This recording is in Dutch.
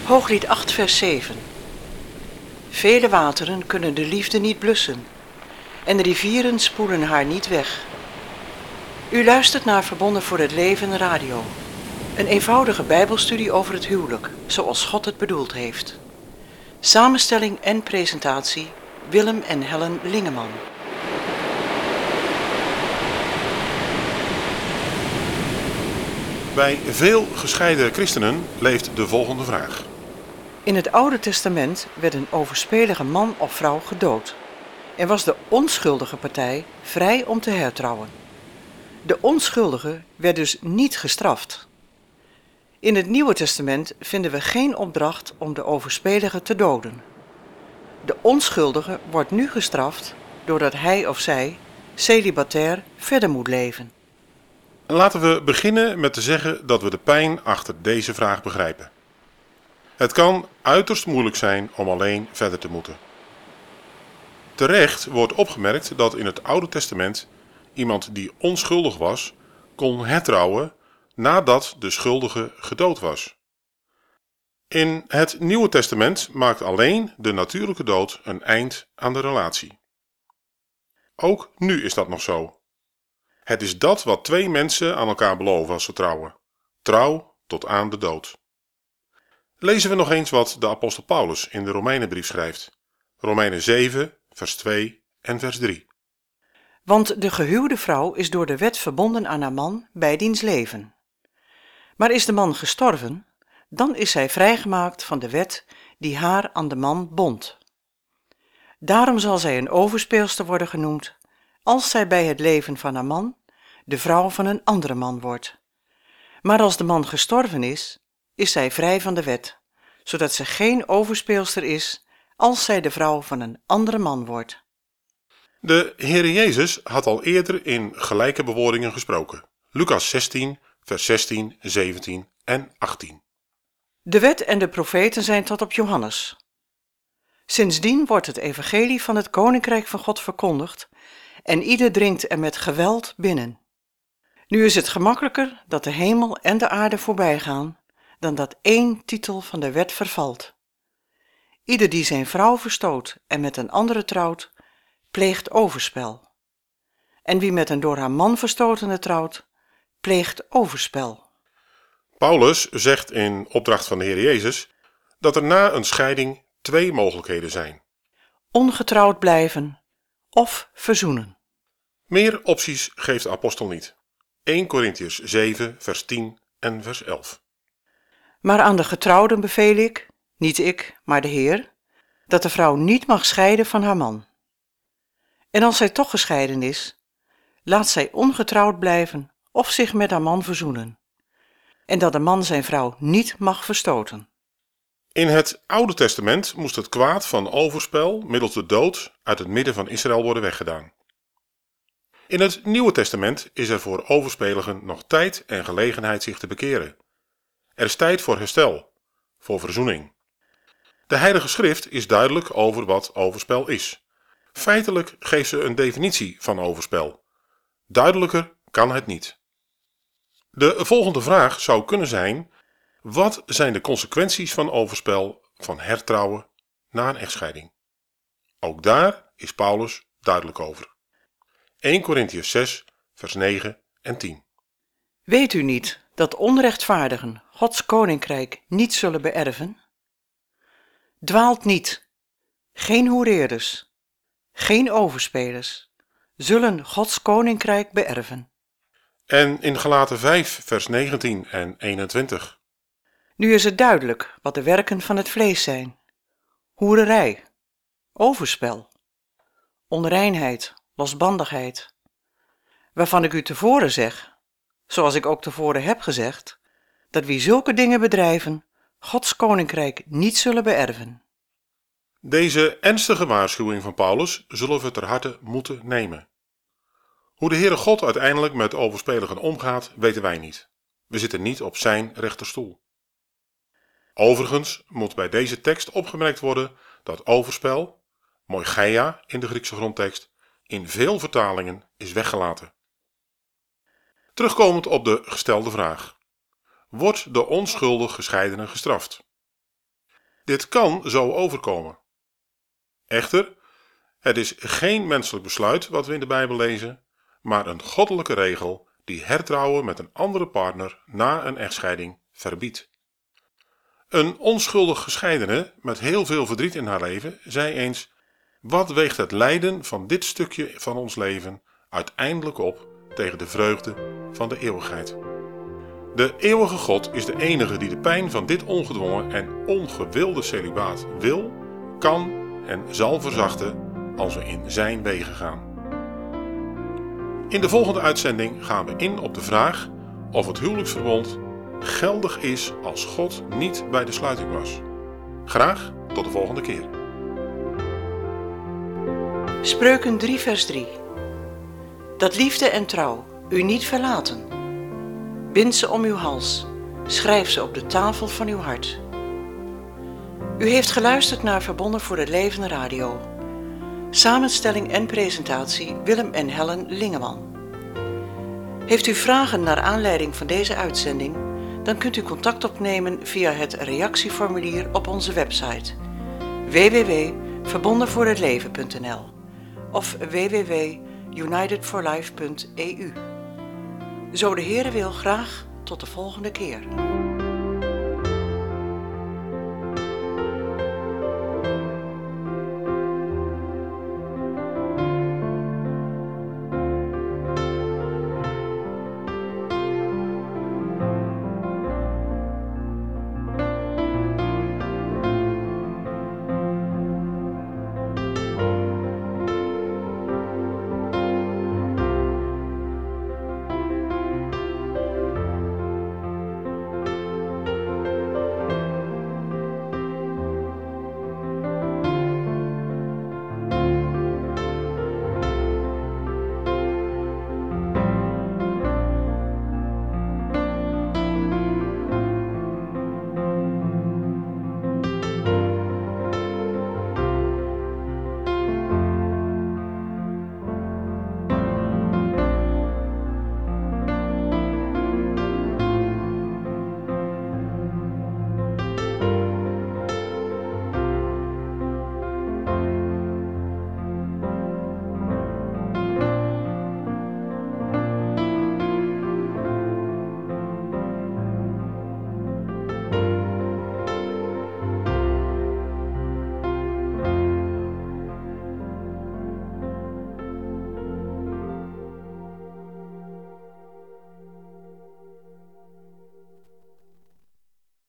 Hooglied 8 vers 7. Vele wateren kunnen de liefde niet blussen en de rivieren spoelen haar niet weg. U luistert naar Verbonden voor het Leven Radio. Een eenvoudige bijbelstudie over het huwelijk, zoals God het bedoeld heeft. Samenstelling en presentatie Willem en Helen Lingeman. Bij veel gescheiden christenen leeft de volgende vraag. In het Oude Testament werd een overspelige man of vrouw gedood en was de onschuldige partij vrij om te hertrouwen. De onschuldige werd dus niet gestraft. In het Nieuwe Testament vinden we geen opdracht om de overspelige te doden. De onschuldige wordt nu gestraft doordat hij of zij celibatair verder moet leven. Laten we beginnen met te zeggen dat we de pijn achter deze vraag begrijpen. Het kan uiterst moeilijk zijn om alleen verder te moeten. Terecht wordt opgemerkt dat in het Oude Testament iemand die onschuldig was, kon hertrouwen nadat de schuldige gedood was. In het Nieuwe Testament maakt alleen de natuurlijke dood een eind aan de relatie. Ook nu is dat nog zo. Het is dat wat twee mensen aan elkaar beloven als ze trouwen. Trouw tot aan de dood. Lezen we nog eens wat de apostel Paulus in de Romeinenbrief schrijft. Romeinen 7, vers 2 en vers 3. Want de gehuwde vrouw is door de wet verbonden aan haar man bij diens leven. Maar is de man gestorven, dan is zij vrijgemaakt van de wet die haar aan de man bond. Daarom zal zij een overspeelster worden genoemd, als zij bij het leven van haar man de vrouw van een andere man wordt. Maar als de man gestorven is, is zij vrij van de wet, zodat ze geen overspeelster is als zij de vrouw van een andere man wordt. De Heere Jezus had al eerder in gelijke bewoordingen gesproken. Lucas 16, vers 16, 17 en 18. De wet en de profeten zijn tot op Johannes. Sindsdien wordt het evangelie van het koninkrijk van God verkondigd en ieder dringt er met geweld binnen. Nu is het gemakkelijker dat de hemel en de aarde voorbij gaan, dan dat één titel van de wet vervalt. Ieder die zijn vrouw verstoot en met een andere trouwt, pleegt overspel. En wie met een door haar man verstotene trouwt, pleegt overspel. Paulus zegt in opdracht van de Heer Jezus dat er na een scheiding twee mogelijkheden zijn. Ongetrouwd blijven of verzoenen. Meer opties geeft de apostel niet. 1 Korintiërs 7, vers 10 en vers 11. Maar aan de getrouwden beveel ik, niet ik, maar de Heer, dat de vrouw niet mag scheiden van haar man. En als zij toch gescheiden is, laat zij ongetrouwd blijven of zich met haar man verzoenen. En dat de man zijn vrouw niet mag verstoten. In het Oude Testament moest het kwaad van overspel middels de dood uit het midden van Israël worden weggedaan. In het Nieuwe Testament is er voor overspeligen nog tijd en gelegenheid zich te bekeren. Er is tijd voor herstel, voor verzoening. De Heilige Schrift is duidelijk over wat overspel is. Feitelijk geeft ze een definitie van overspel. Duidelijker kan het niet. De volgende vraag zou kunnen zijn: wat zijn de consequenties van overspel, van hertrouwen na een echtscheiding? Ook daar is Paulus duidelijk over. 1 Korintiërs 6, vers 9 en 10. Weet u niet dat onrechtvaardigen Gods koninkrijk niet zullen beërven? Dwaalt niet, geen hoereerders, geen overspelers, zullen Gods koninkrijk beërven. En in Galaten 5, vers 19 en 21. Nu is het duidelijk wat de werken van het vlees zijn: hoererij, overspel, onreinheid, losbandigheid, waarvan ik u tevoren zeg, zoals ik ook tevoren heb gezegd, dat wie zulke dingen bedrijven, Gods koninkrijk niet zullen beërven. Deze ernstige waarschuwing van Paulus zullen we ter harte moeten nemen. Hoe de Heere God uiteindelijk met overspeligen omgaat, weten wij niet. We zitten niet op zijn rechterstoel. Overigens moet bij deze tekst opgemerkt worden dat overspel, moigeia in de Griekse grondtekst, in veel vertalingen is weggelaten. Terugkomend op de gestelde vraag: wordt de onschuldig gescheidene gestraft? Dit kan zo overkomen. Echter, het is geen menselijk besluit wat we in de Bijbel lezen, maar een goddelijke regel die hertrouwen met een andere partner na een echtscheiding verbiedt. Een onschuldig gescheidene met heel veel verdriet in haar leven zei eens: wat weegt het lijden van dit stukje van ons leven uiteindelijk op tegen de vreugde van de eeuwigheid? De eeuwige God is de enige die de pijn van dit ongedwongen en ongewilde celibaat wil, kan en zal verzachten als we in zijn wegen gaan. In de volgende uitzending gaan we in op de vraag of het huwelijksverbond geldig is als God niet bij de sluiting was. Graag tot de volgende keer. Spreuken 3 vers 3. Dat liefde en trouw u niet verlaten. Bind ze om uw hals, schrijf ze op de tafel van uw hart. U heeft geluisterd naar Verbonden voor het Leven Radio. Samenstelling en presentatie Willem en Helen Lingeman. Heeft u vragen naar aanleiding van deze uitzending? Dan kunt u contact opnemen via het reactieformulier op onze website www.verbondenvoorhetleven.nl of www.unitedforlife.eu. Zo de Heere wil, graag tot de volgende keer.